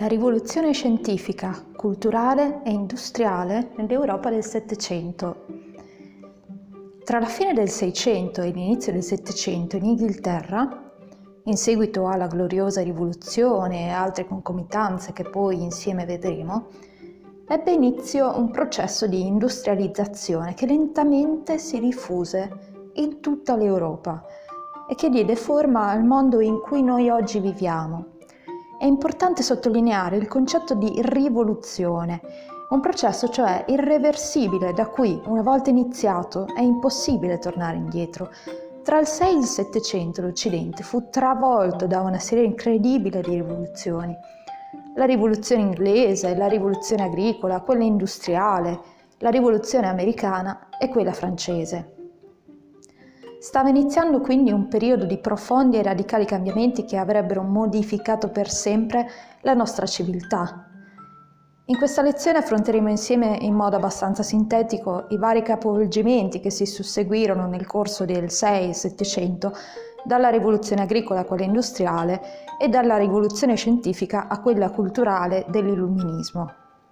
La rivoluzione scientifica, culturale e industriale nell'Europa del Settecento. Tra la fine del Seicento e l'inizio del Settecento in Inghilterra, in seguito alla gloriosa rivoluzione e altre concomitanze che poi insieme vedremo, ebbe inizio un processo di industrializzazione che lentamente si diffuse in tutta l'Europa e che diede forma al mondo in cui noi oggi viviamo. È importante sottolineare il concetto di rivoluzione, un processo cioè irreversibile da cui, una volta iniziato, è impossibile tornare indietro. Tra il 6 e il 700 l'Occidente fu travolto da una serie incredibile di rivoluzioni. La rivoluzione inglese, la rivoluzione agricola, quella industriale, la rivoluzione americana e quella francese. Stava iniziando quindi un periodo di profondi e radicali cambiamenti che avrebbero modificato per sempre la nostra civiltà. In questa lezione affronteremo insieme in modo abbastanza sintetico i vari capovolgimenti che si susseguirono nel corso del 6 e 700, dalla rivoluzione agricola a quella industriale e dalla rivoluzione scientifica a quella culturale dell'illuminismo.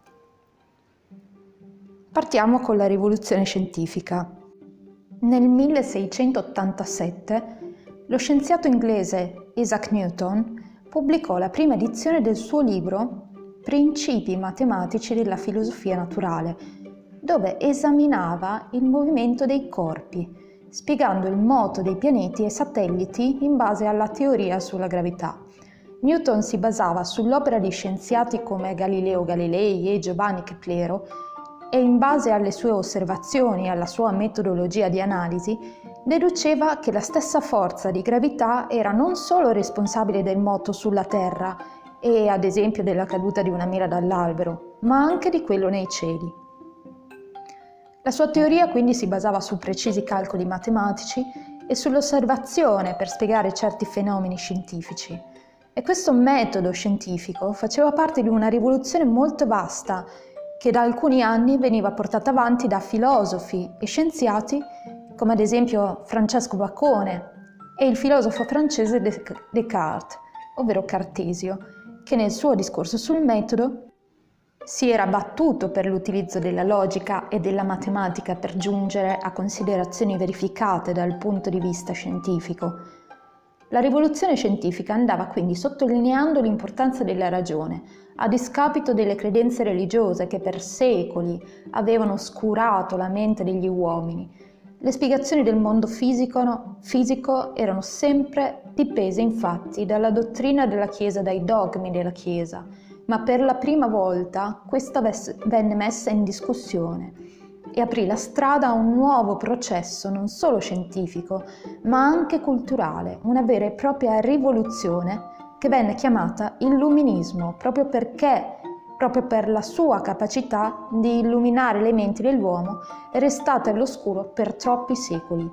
Partiamo con la rivoluzione scientifica. Nel 1687 lo scienziato inglese Isaac Newton pubblicò la prima edizione del suo libro Principi matematici della filosofia naturale, dove esaminava il movimento dei corpi, spiegando il moto dei pianeti e satelliti in base alla teoria sulla gravità. Newton si basava sull'opera di scienziati come Galileo Galilei e Giovanni Keplero e in base alle sue osservazioni e alla sua metodologia di analisi deduceva che la stessa forza di gravità era non solo responsabile del moto sulla Terra e ad esempio della caduta di una mela dall'albero, ma anche di quello nei cieli. La sua teoria quindi si basava su precisi calcoli matematici e sull'osservazione per spiegare certi fenomeni scientifici. E questo metodo scientifico faceva parte di una rivoluzione molto vasta che da alcuni anni veniva portata avanti da filosofi e scienziati come ad esempio Francesco Bacone e il filosofo francese Descartes, ovvero Cartesio, che nel suo discorso sul metodo si era battuto per l'utilizzo della logica e della matematica per giungere a considerazioni verificate dal punto di vista scientifico. La rivoluzione scientifica andava quindi sottolineando l'importanza della ragione, a discapito delle credenze religiose che per secoli avevano oscurato la mente degli uomini. Le spiegazioni del mondo fisico erano sempre dipese infatti dalla dottrina della Chiesa, dai dogmi della Chiesa, ma per la prima volta questa venne messa in discussione e aprì la strada a un nuovo processo non solo scientifico, ma anche culturale, una vera e propria rivoluzione che venne chiamata illuminismo, proprio per la sua capacità di illuminare le menti dell'uomo restate all'oscuro per troppi secoli.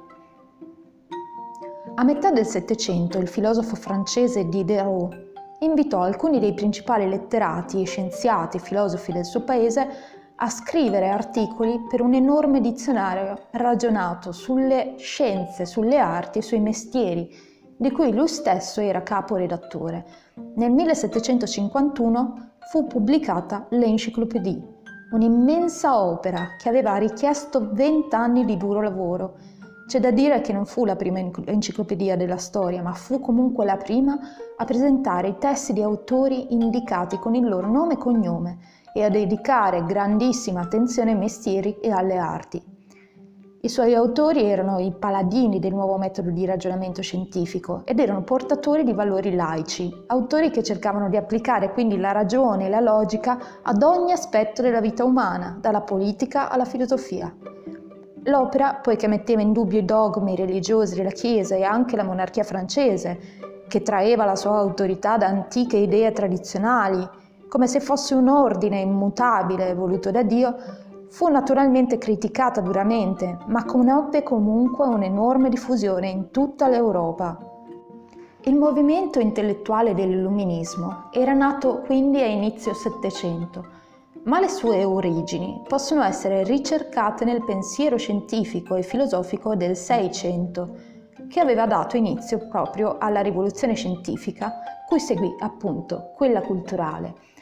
A metà del Settecento il filosofo francese Diderot invitò alcuni dei principali letterati, scienziati e filosofi del suo paese a scrivere articoli per un enorme dizionario ragionato sulle scienze, sulle arti e sui mestieri, di cui lui stesso era caporedattore. Nel 1751 fu pubblicata l'Encyclopédie, un'immensa opera che aveva richiesto 20 anni di duro lavoro. C'è da dire che non fu la prima enciclopedia della storia, ma fu comunque la prima a presentare i testi di autori indicati con il loro nome e cognome e a dedicare grandissima attenzione ai mestieri e alle arti. I suoi autori erano i paladini del nuovo metodo di ragionamento scientifico ed erano portatori di valori laici, autori che cercavano di applicare quindi la ragione e la logica ad ogni aspetto della vita umana, dalla politica alla filosofia. L'opera, poiché metteva in dubbio i dogmi religiosi della Chiesa e anche la monarchia francese, che traeva la sua autorità da antiche idee tradizionali, come se fosse un ordine immutabile voluto da Dio, fu naturalmente criticata duramente, ma conobbe comunque un'enorme diffusione in tutta l'Europa. Il movimento intellettuale dell'illuminismo era nato quindi a inizio Settecento, ma le sue origini possono essere ricercate nel pensiero scientifico e filosofico del Seicento, che aveva dato inizio proprio alla rivoluzione scientifica, cui seguì appunto quella culturale.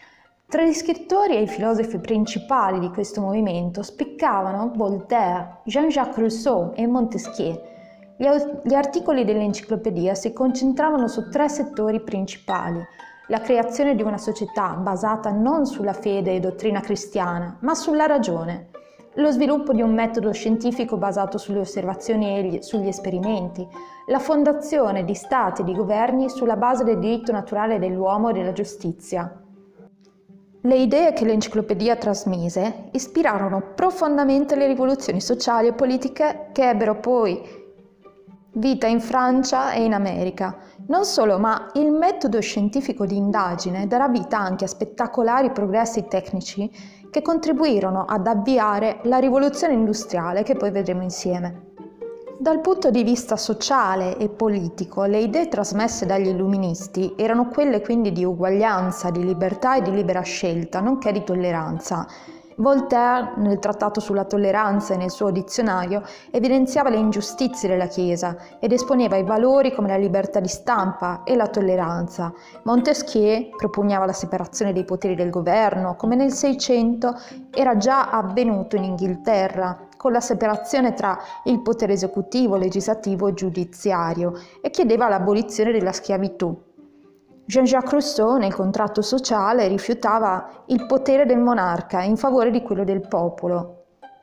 Tra gli scrittori e i filosofi principali di questo movimento spiccavano Voltaire, Jean-Jacques Rousseau e Montesquieu. Gli articoli dell'enciclopedia si concentravano su 3 settori principali: la creazione di una società basata non sulla fede e dottrina cristiana, ma sulla ragione; lo sviluppo di un metodo scientifico basato sulle osservazioni e sugli esperimenti; la fondazione di stati e di governi sulla base del diritto naturale dell'uomo e della giustizia. Le idee che l'enciclopedia trasmise ispirarono profondamente le rivoluzioni sociali e politiche che ebbero poi vita in Francia e in America. Non solo, ma il metodo scientifico di indagine darà vita anche a spettacolari progressi tecnici che contribuirono ad avviare la rivoluzione industriale che poi vedremo insieme. Dal punto di vista sociale e politico, le idee trasmesse dagli illuministi erano quelle quindi di uguaglianza, di libertà e di libera scelta, nonché di tolleranza. Voltaire, nel trattato sulla tolleranza e nel suo dizionario, evidenziava le ingiustizie della Chiesa ed esponeva i valori come la libertà di stampa e la tolleranza. Montesquieu propugnava la separazione dei poteri del governo, come nel Seicento era già avvenuto in Inghilterra, con la separazione tra il potere esecutivo, legislativo e giudiziario, e chiedeva l'abolizione della schiavitù. Jean-Jacques Rousseau, nel contratto sociale, rifiutava il potere del monarca in favore di quello del popolo.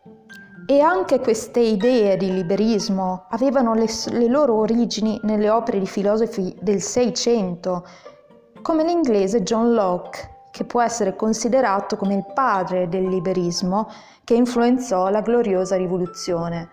E anche queste idee di liberismo avevano le loro origini nelle opere di filosofi del Seicento, come l'inglese John Locke, che può essere considerato come il padre del liberismo che influenzò la gloriosa rivoluzione.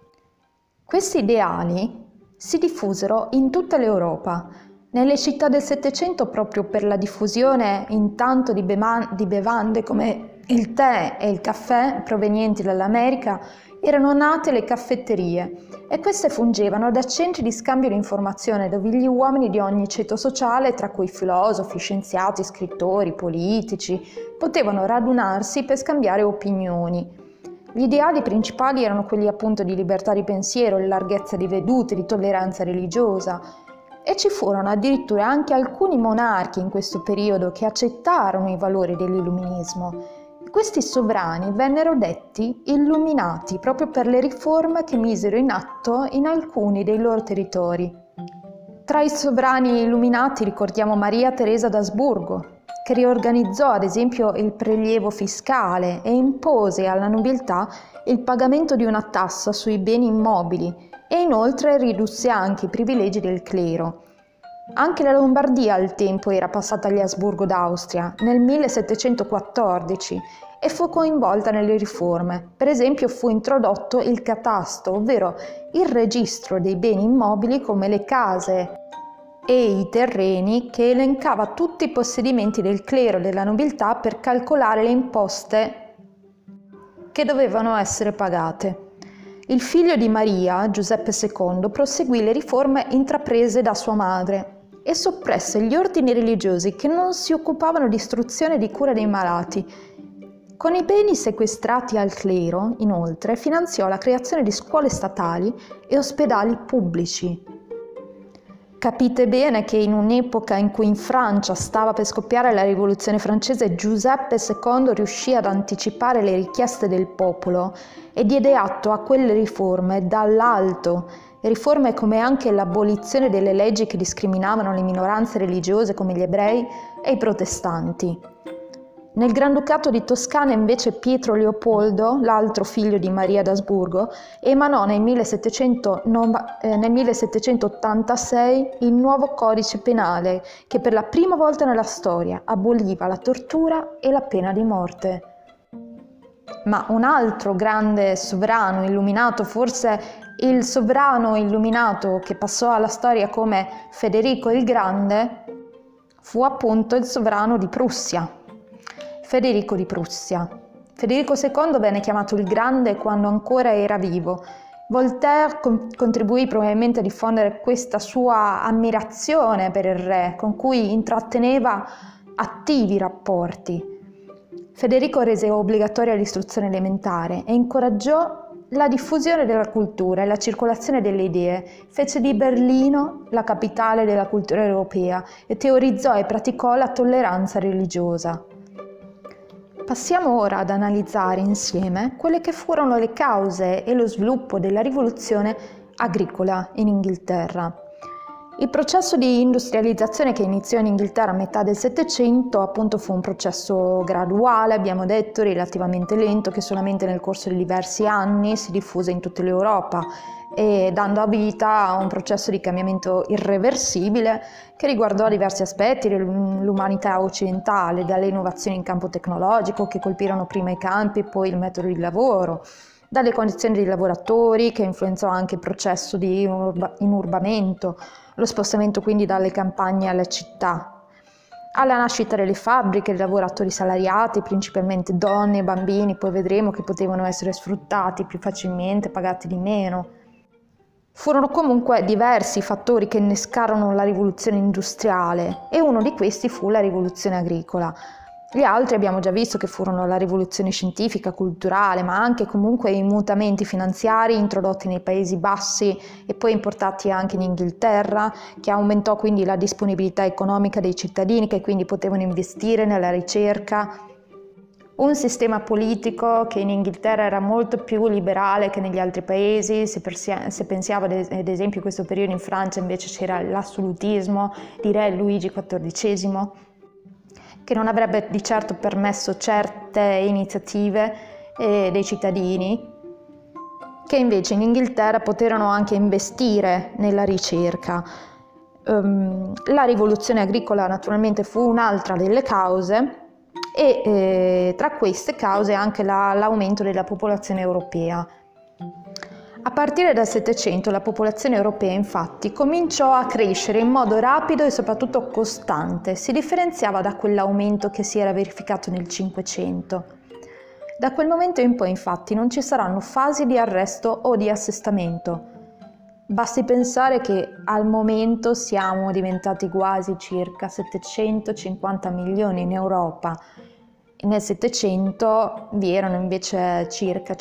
Questi ideali si diffusero in tutta l'Europa, nelle città del Settecento, proprio per la diffusione intanto di bevande come il tè e il caffè provenienti dall'America, erano nate le caffetterie e queste fungevano da centri di scambio di informazione dove gli uomini di ogni ceto sociale, tra cui filosofi, scienziati, scrittori, politici, potevano radunarsi per scambiare opinioni. Gli ideali principali erano quelli appunto di libertà di pensiero, di larghezza di vedute, di tolleranza religiosa. E ci furono addirittura anche alcuni monarchi in questo periodo che accettarono i valori dell'illuminismo. Questi sovrani vennero detti illuminati proprio per le riforme che misero in atto in alcuni dei loro territori. Tra i sovrani illuminati ricordiamo Maria Teresa d'Asburgo, che riorganizzò ad esempio il prelievo fiscale e impose alla nobiltà il pagamento di una tassa sui beni immobili e inoltre ridusse anche i privilegi del clero. Anche la Lombardia al tempo era passata agli Asburgo d'Austria nel 1714 e fu coinvolta nelle riforme. Per esempio fu introdotto il catasto, ovvero il registro dei beni immobili come le case e i terreni, che elencava tutti i possedimenti del clero e della nobiltà per calcolare le imposte che dovevano essere pagate. Il figlio di Maria, Giuseppe II, proseguì le riforme intraprese da sua madre e soppresse gli ordini religiosi che non si occupavano di istruzione e di cura dei malati. Con i beni sequestrati al clero, inoltre, finanziò la creazione di scuole statali e ospedali pubblici. Capite bene che in un'epoca in cui in Francia stava per scoppiare la rivoluzione francese, Giuseppe II riuscì ad anticipare le richieste del popolo e diede atto a quelle riforme dall'alto, riforme come anche l'abolizione delle leggi che discriminavano le minoranze religiose come gli ebrei e i protestanti. Nel Granducato di Toscana invece Pietro Leopoldo, l'altro figlio di Maria d'Asburgo, emanò nel 1786 il nuovo codice penale che per la prima volta nella storia aboliva la tortura e la pena di morte. Ma un altro grande sovrano illuminato, forse il sovrano illuminato che passò alla storia come Federico il Grande, fu appunto il sovrano di Prussia. Federico di Prussia. Federico II venne chiamato il Grande quando ancora era vivo. Voltaire contribuì probabilmente a diffondere questa sua ammirazione per il re, con cui intratteneva attivi rapporti. Federico rese obbligatoria l'istruzione elementare e incoraggiò la diffusione della cultura e la circolazione delle idee, fece di Berlino la capitale della cultura europea e teorizzò e praticò la tolleranza religiosa. Passiamo ora ad analizzare insieme quelle che furono le cause e lo sviluppo della rivoluzione agricola in Inghilterra. Il processo di industrializzazione che iniziò in Inghilterra a metà del Settecento appunto fu un processo graduale, abbiamo detto, relativamente lento, che solamente nel corso di diversi anni si diffuse in tutta l'Europa e dando vita a un processo di cambiamento irreversibile che riguardò diversi aspetti dell'umanità occidentale, dalle innovazioni in campo tecnologico che colpirono prima i campi e poi il metodo di lavoro, dalle condizioni dei lavoratori che influenzò anche il processo di inurbamento, lo spostamento quindi dalle campagne alle città, alla nascita delle fabbriche, dei lavoratori salariati, principalmente donne e bambini, poi vedremo che potevano essere sfruttati più facilmente, pagati di meno. Furono comunque diversi fattori che innescarono la rivoluzione industriale e uno di questi fu la rivoluzione agricola. Gli altri abbiamo già visto che furono la rivoluzione scientifica, culturale, ma anche comunque i mutamenti finanziari introdotti nei Paesi Bassi e poi importati anche in Inghilterra, che aumentò quindi la disponibilità economica dei cittadini che quindi potevano investire nella ricerca. Un sistema politico che in Inghilterra era molto più liberale che negli altri paesi, se pensiamo ad esempio in questo periodo in Francia invece c'era l'assolutismo di re Luigi XIV, che non avrebbe di certo permesso certe iniziative dei cittadini, che invece in Inghilterra poterono anche investire nella ricerca. La rivoluzione agricola naturalmente fu un'altra delle cause, e tra queste cause anche l'aumento della popolazione europea. A partire dal Settecento la popolazione europea infatti cominciò a crescere in modo rapido e soprattutto costante, si differenziava da quell'aumento che si era verificato nel Cinquecento. Da quel momento in poi infatti non ci saranno fasi di arresto o di assestamento. Basti pensare che al momento siamo diventati quasi circa 750 milioni in Europa. Nel Settecento vi erano invece circa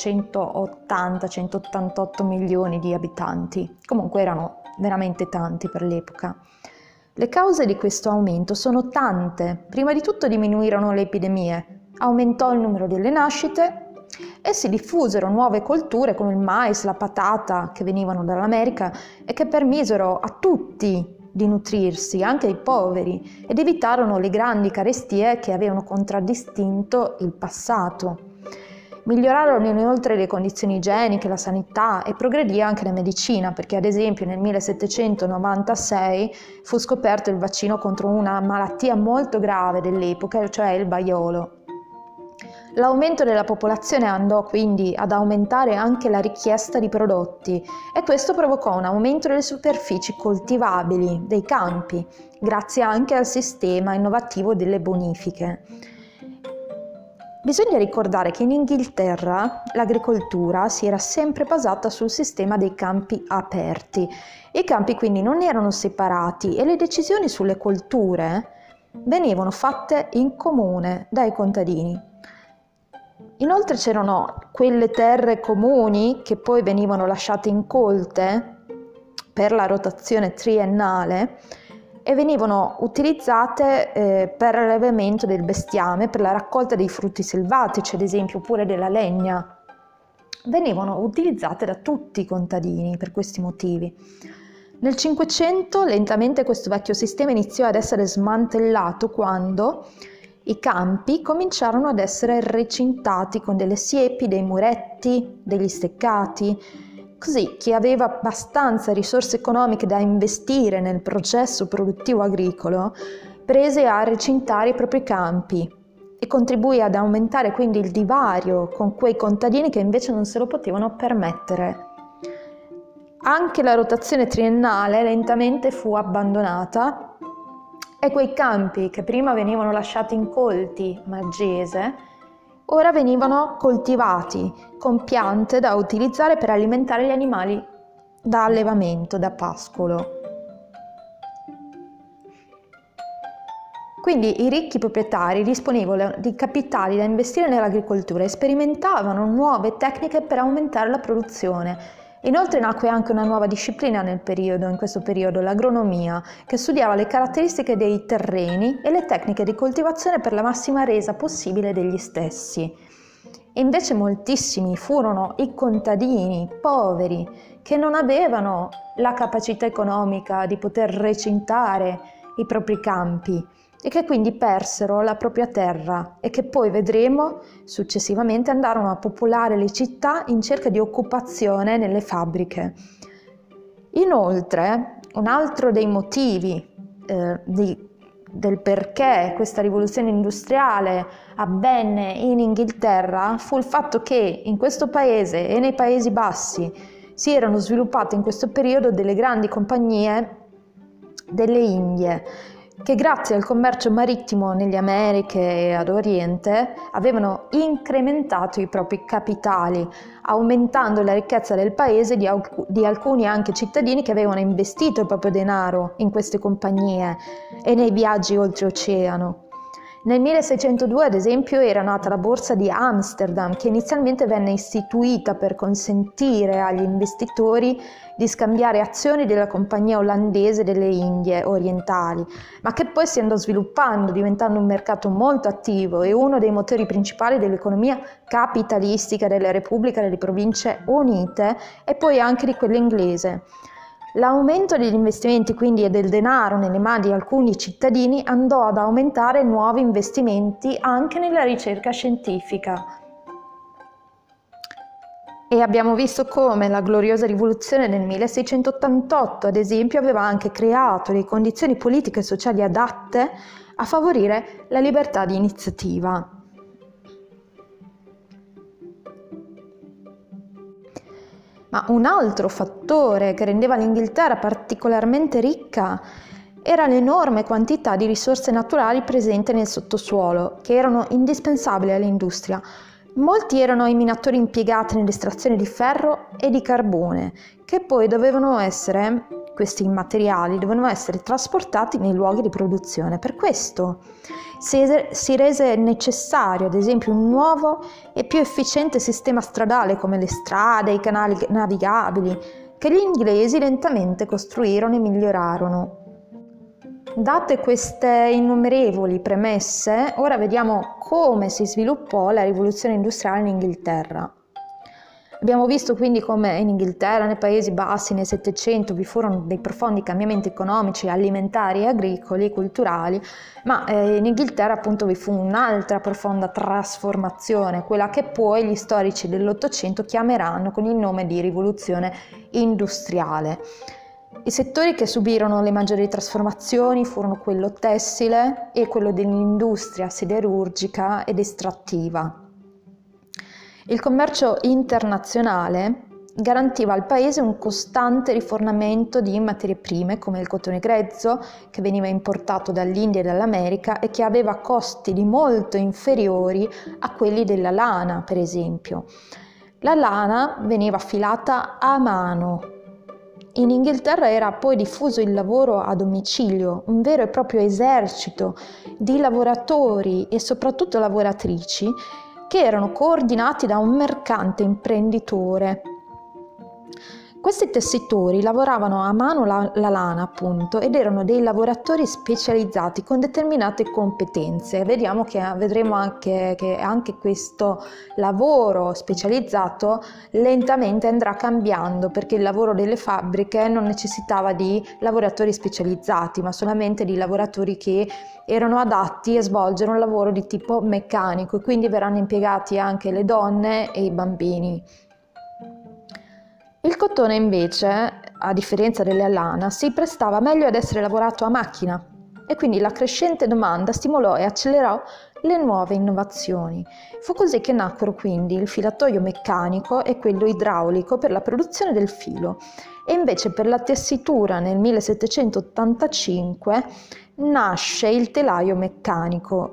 180-188 milioni di abitanti. Comunque erano veramente tanti per l'epoca. Le cause di questo aumento sono tante. Prima di tutto diminuirono le epidemie, aumentò il numero delle nascite e si diffusero nuove colture come il mais, la patata che venivano dall'America e che permisero a tutti di nutrirsi, anche ai poveri, ed evitarono le grandi carestie che avevano contraddistinto il passato. Migliorarono inoltre le condizioni igieniche, la sanità e progredì anche la medicina, perché ad esempio nel 1796 fu scoperto il vaccino contro una malattia molto grave dell'epoca, cioè il vaiolo. L'aumento della popolazione andò quindi ad aumentare anche la richiesta di prodotti e questo provocò un aumento delle superfici coltivabili, dei campi, grazie anche al sistema innovativo delle bonifiche. Bisogna ricordare che in Inghilterra l'agricoltura si era sempre basata sul sistema dei campi aperti. I campi quindi non erano separati e le decisioni sulle colture venivano fatte in comune dai contadini. Inoltre c'erano quelle terre comuni che poi venivano lasciate incolte per la rotazione triennale e venivano utilizzate per l'allevamento del bestiame, per la raccolta dei frutti selvatici, ad esempio, oppure della legna. Venivano utilizzate da tutti i contadini per questi motivi. Nel Cinquecento lentamente questo vecchio sistema iniziò ad essere smantellato quando i campi cominciarono ad essere recintati con delle siepi, dei muretti, degli steccati, così chi aveva abbastanza risorse economiche da investire nel processo produttivo agricolo prese a recintare i propri campi e contribuì ad aumentare quindi il divario con quei contadini che invece non se lo potevano permettere. Anche la rotazione triennale lentamente fu abbandonata e quei campi che prima venivano lasciati incolti, maggese, ora venivano coltivati con piante da utilizzare per alimentare gli animali da allevamento, da pascolo. Quindi i ricchi proprietari disponevoli di capitali da investire nell'agricoltura e sperimentavano nuove tecniche per aumentare la produzione Inoltre nacque anche una nuova disciplina in questo periodo, l'agronomia, che studiava le caratteristiche dei terreni e le tecniche di coltivazione per la massima resa possibile degli stessi. E invece moltissimi furono i contadini poveri che non avevano la capacità economica di poter recintare i propri campi e che quindi persero la propria terra e che poi vedremo successivamente andarono a popolare le città in cerca di occupazione nelle fabbriche. Inoltre, un altro dei motivi del perché questa rivoluzione industriale avvenne in Inghilterra fu il fatto che in questo paese e nei Paesi Bassi si erano sviluppate in questo periodo delle grandi compagnie delle Indie che grazie al commercio marittimo nelle Americhe e ad Oriente avevano incrementato i propri capitali, aumentando la ricchezza del paese di alcuni anche cittadini che avevano investito il proprio denaro in queste compagnie e nei viaggi oltreoceano. Nel 1602, ad esempio, era nata la borsa di Amsterdam, che inizialmente venne istituita per consentire agli investitori di scambiare azioni della compagnia olandese delle Indie orientali, ma che poi si andò sviluppando, diventando un mercato molto attivo e uno dei motori principali dell'economia capitalistica della Repubblica delle Province Unite e poi anche di quella inglese. L'aumento degli investimenti quindi e del denaro nelle mani di alcuni cittadini andò ad aumentare nuovi investimenti anche nella ricerca scientifica. E abbiamo visto come la gloriosa rivoluzione del 1688, ad esempio, aveva anche creato le condizioni politiche e sociali adatte a favorire la libertà di iniziativa. Ma un altro fattore che rendeva l'Inghilterra particolarmente ricca era l'enorme quantità di risorse naturali presenti nel sottosuolo, che erano indispensabili all'industria. Molti erano i minatori impiegati nell'estrazione di ferro e di carbone, che poi questi materiali dovevano essere trasportati nei luoghi di produzione. Per questo si rese necessario, ad esempio, un nuovo e più efficiente sistema stradale come le strade, i canali navigabili, che gli inglesi lentamente costruirono e migliorarono. Date queste innumerevoli premesse, ora vediamo come si sviluppò la rivoluzione industriale in Inghilterra. Abbiamo visto quindi come in Inghilterra, nei Paesi Bassi, nel Settecento vi furono dei profondi cambiamenti economici, alimentari, agricoli, culturali, ma in Inghilterra appunto vi fu un'altra profonda trasformazione, quella che poi gli storici dell'Ottocento chiameranno con il nome di rivoluzione industriale. I settori che subirono le maggiori trasformazioni furono quello tessile e quello dell'industria siderurgica ed estrattiva. Il commercio internazionale garantiva al paese un costante rifornimento di materie prime come il cotone grezzo, che veniva importato dall'India e dall'America e che aveva costi di molto inferiori a quelli della lana, per esempio. La lana veniva filata a mano. In Inghilterra era poi diffuso il lavoro a domicilio, un vero e proprio esercito di lavoratori e soprattutto lavoratrici che erano coordinati da un mercante imprenditore. Questi tessitori lavoravano a mano la lana, appunto, ed erano dei lavoratori specializzati con determinate competenze. Vedremo anche che anche questo lavoro specializzato lentamente andrà cambiando, perché il lavoro delle fabbriche non necessitava di lavoratori specializzati, ma solamente di lavoratori che erano adatti a svolgere un lavoro di tipo meccanico, e quindi verranno impiegati anche le donne e i bambini. Il cotone invece, a differenza della lana, si prestava meglio ad essere lavorato a macchina e quindi la crescente domanda stimolò e accelerò le nuove innovazioni. Fu così che nacquero quindi il filatoio meccanico e quello idraulico per la produzione del filo, e invece per la tessitura nel 1785 nasce il telaio meccanico.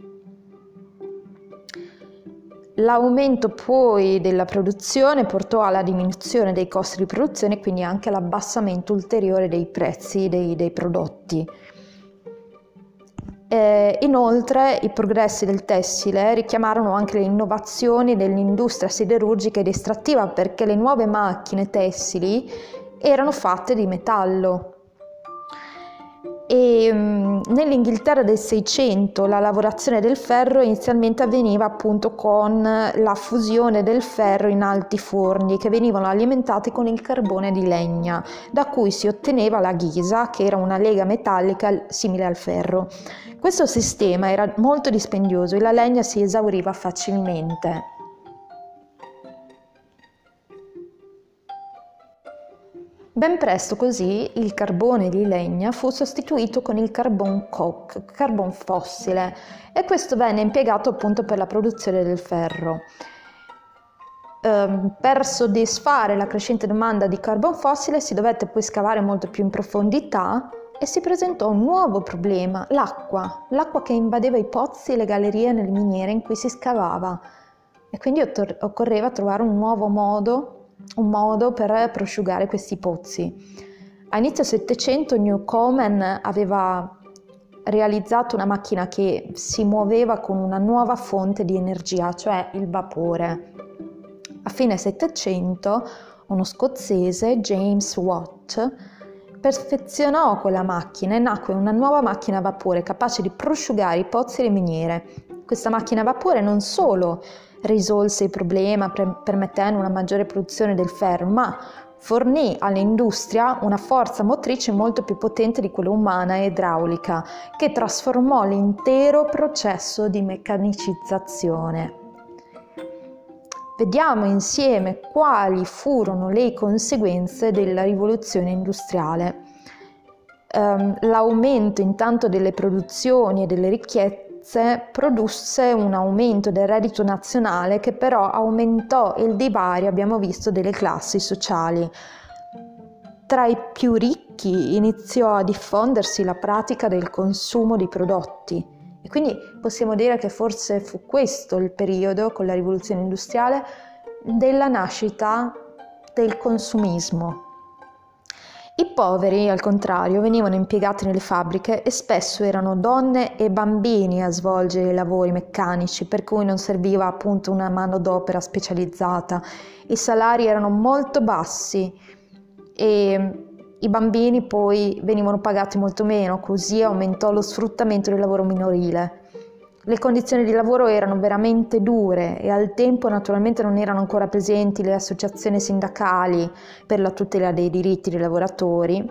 L'aumento poi della produzione portò alla diminuzione dei costi di produzione e quindi anche all'abbassamento ulteriore dei prezzi dei prodotti. Inoltre i progressi del tessile richiamarono anche le innovazioni dell'industria siderurgica ed estrattiva, perché le nuove macchine tessili erano fatte di metallo. E nell'Inghilterra del 600 la lavorazione del ferro inizialmente avveniva appunto con la fusione del ferro in alti forni che venivano alimentati con il carbone di legna, da cui si otteneva la ghisa, che era una lega metallica simile al ferro. Questo sistema era molto dispendioso e la legna si esauriva facilmente. Ben presto così il carbone di legna fu sostituito con il carbon coke, carbon fossile, e questo venne impiegato appunto per la produzione del ferro. Per soddisfare la crescente domanda di carbon fossile si dovette poi scavare molto più in profondità e si presentò un nuovo problema, l'acqua che invadeva i pozzi e le gallerie nelle miniere in cui si scavava, e quindi occorreva trovare un modo per prosciugare questi pozzi. A inizio Settecento Newcomen aveva realizzato una macchina che si muoveva con una nuova fonte di energia, cioè il vapore. A fine Settecento uno scozzese, James Watt, perfezionò quella macchina e nacque una nuova macchina a vapore capace di prosciugare i pozzi e le miniere. Questa macchina a vapore non solo risolse il problema permettendo una maggiore produzione del ferro, ma fornì all'industria una forza motrice molto più potente di quella umana e idraulica, che trasformò l'intero processo di meccanicizzazione. Vediamo insieme quali furono le conseguenze della rivoluzione industriale. L'aumento intanto delle produzioni e delle ricchezze produsse un aumento del reddito nazionale, che però aumentò il divario, abbiamo visto, delle classi sociali. Tra i più ricchi iniziò a diffondersi la pratica del consumo di prodotti, e quindi possiamo dire che forse fu questo il periodo, con la rivoluzione industriale, della nascita del consumismo. I poveri, al contrario, venivano impiegati nelle fabbriche e spesso erano donne e bambini a svolgere i lavori meccanici, per cui non serviva appunto una manodopera specializzata. I salari erano molto bassi e i bambini poi venivano pagati molto meno, così aumentò lo sfruttamento del lavoro minorile. Le condizioni di lavoro erano veramente dure e al tempo naturalmente non erano ancora presenti le associazioni sindacali per la tutela dei diritti dei lavoratori,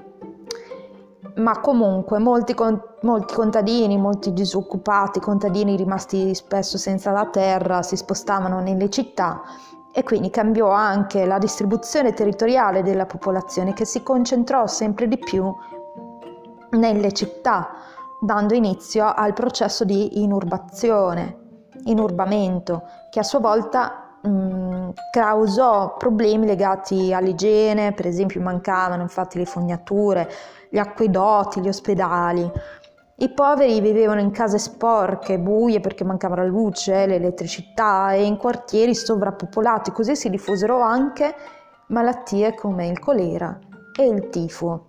ma comunque molti contadini, molti disoccupati, contadini rimasti spesso senza la terra, si spostavano nelle città, e quindi cambiò anche la distribuzione territoriale della popolazione, che si concentrò sempre di più nelle città, dando inizio al processo di inurbamento, che a sua volta causò problemi legati all'igiene. Per esempio mancavano infatti le fognature, gli acquedotti, gli ospedali. I poveri vivevano in case sporche, buie perché mancava la luce, l'elettricità, e in quartieri sovrappopolati. Così si diffusero anche malattie come il colera e il tifo.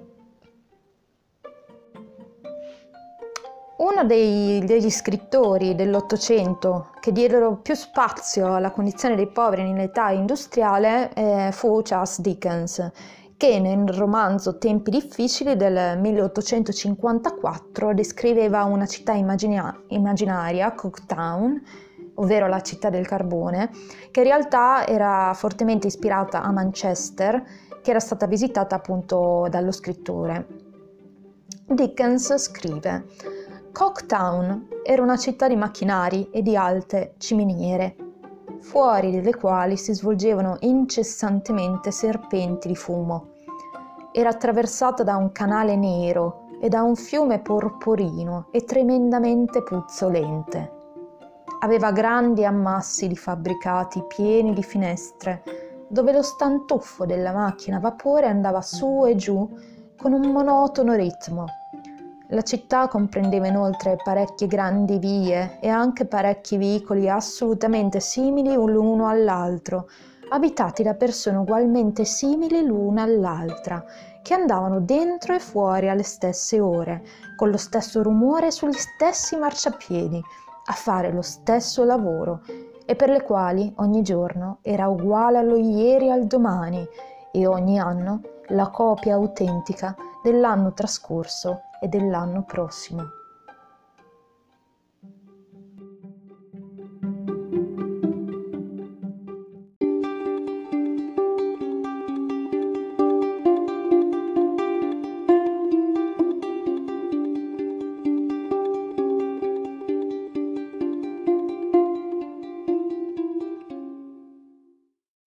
Uno degli scrittori dell'Ottocento che diedero più spazio alla condizione dei poveri nell'età industriale fu Charles Dickens, che nel romanzo Tempi difficili del 1854 descriveva una città immaginaria, Coketown, ovvero la città del carbone, che in realtà era fortemente ispirata a Manchester, che era stata visitata appunto dallo scrittore. Dickens scrive: Coketown era una città di macchinari e di alte ciminiere, fuori delle quali si svolgevano incessantemente serpenti di fumo. Era attraversata da un canale nero e da un fiume porporino e tremendamente puzzolente. Aveva grandi ammassi di fabbricati pieni di finestre, dove lo stantuffo della macchina a vapore andava su e giù con un monotono ritmo. La città comprendeva inoltre parecchie grandi vie e anche parecchi vicoli assolutamente simili l'uno all'altro, abitati da persone ugualmente simili l'una all'altra, che andavano dentro e fuori alle stesse ore, con lo stesso rumore sugli stessi marciapiedi, a fare lo stesso lavoro e per le quali ogni giorno era uguale allo ieri e al domani e ogni anno la copia autentica dell'anno trascorso e dell'anno prossimo.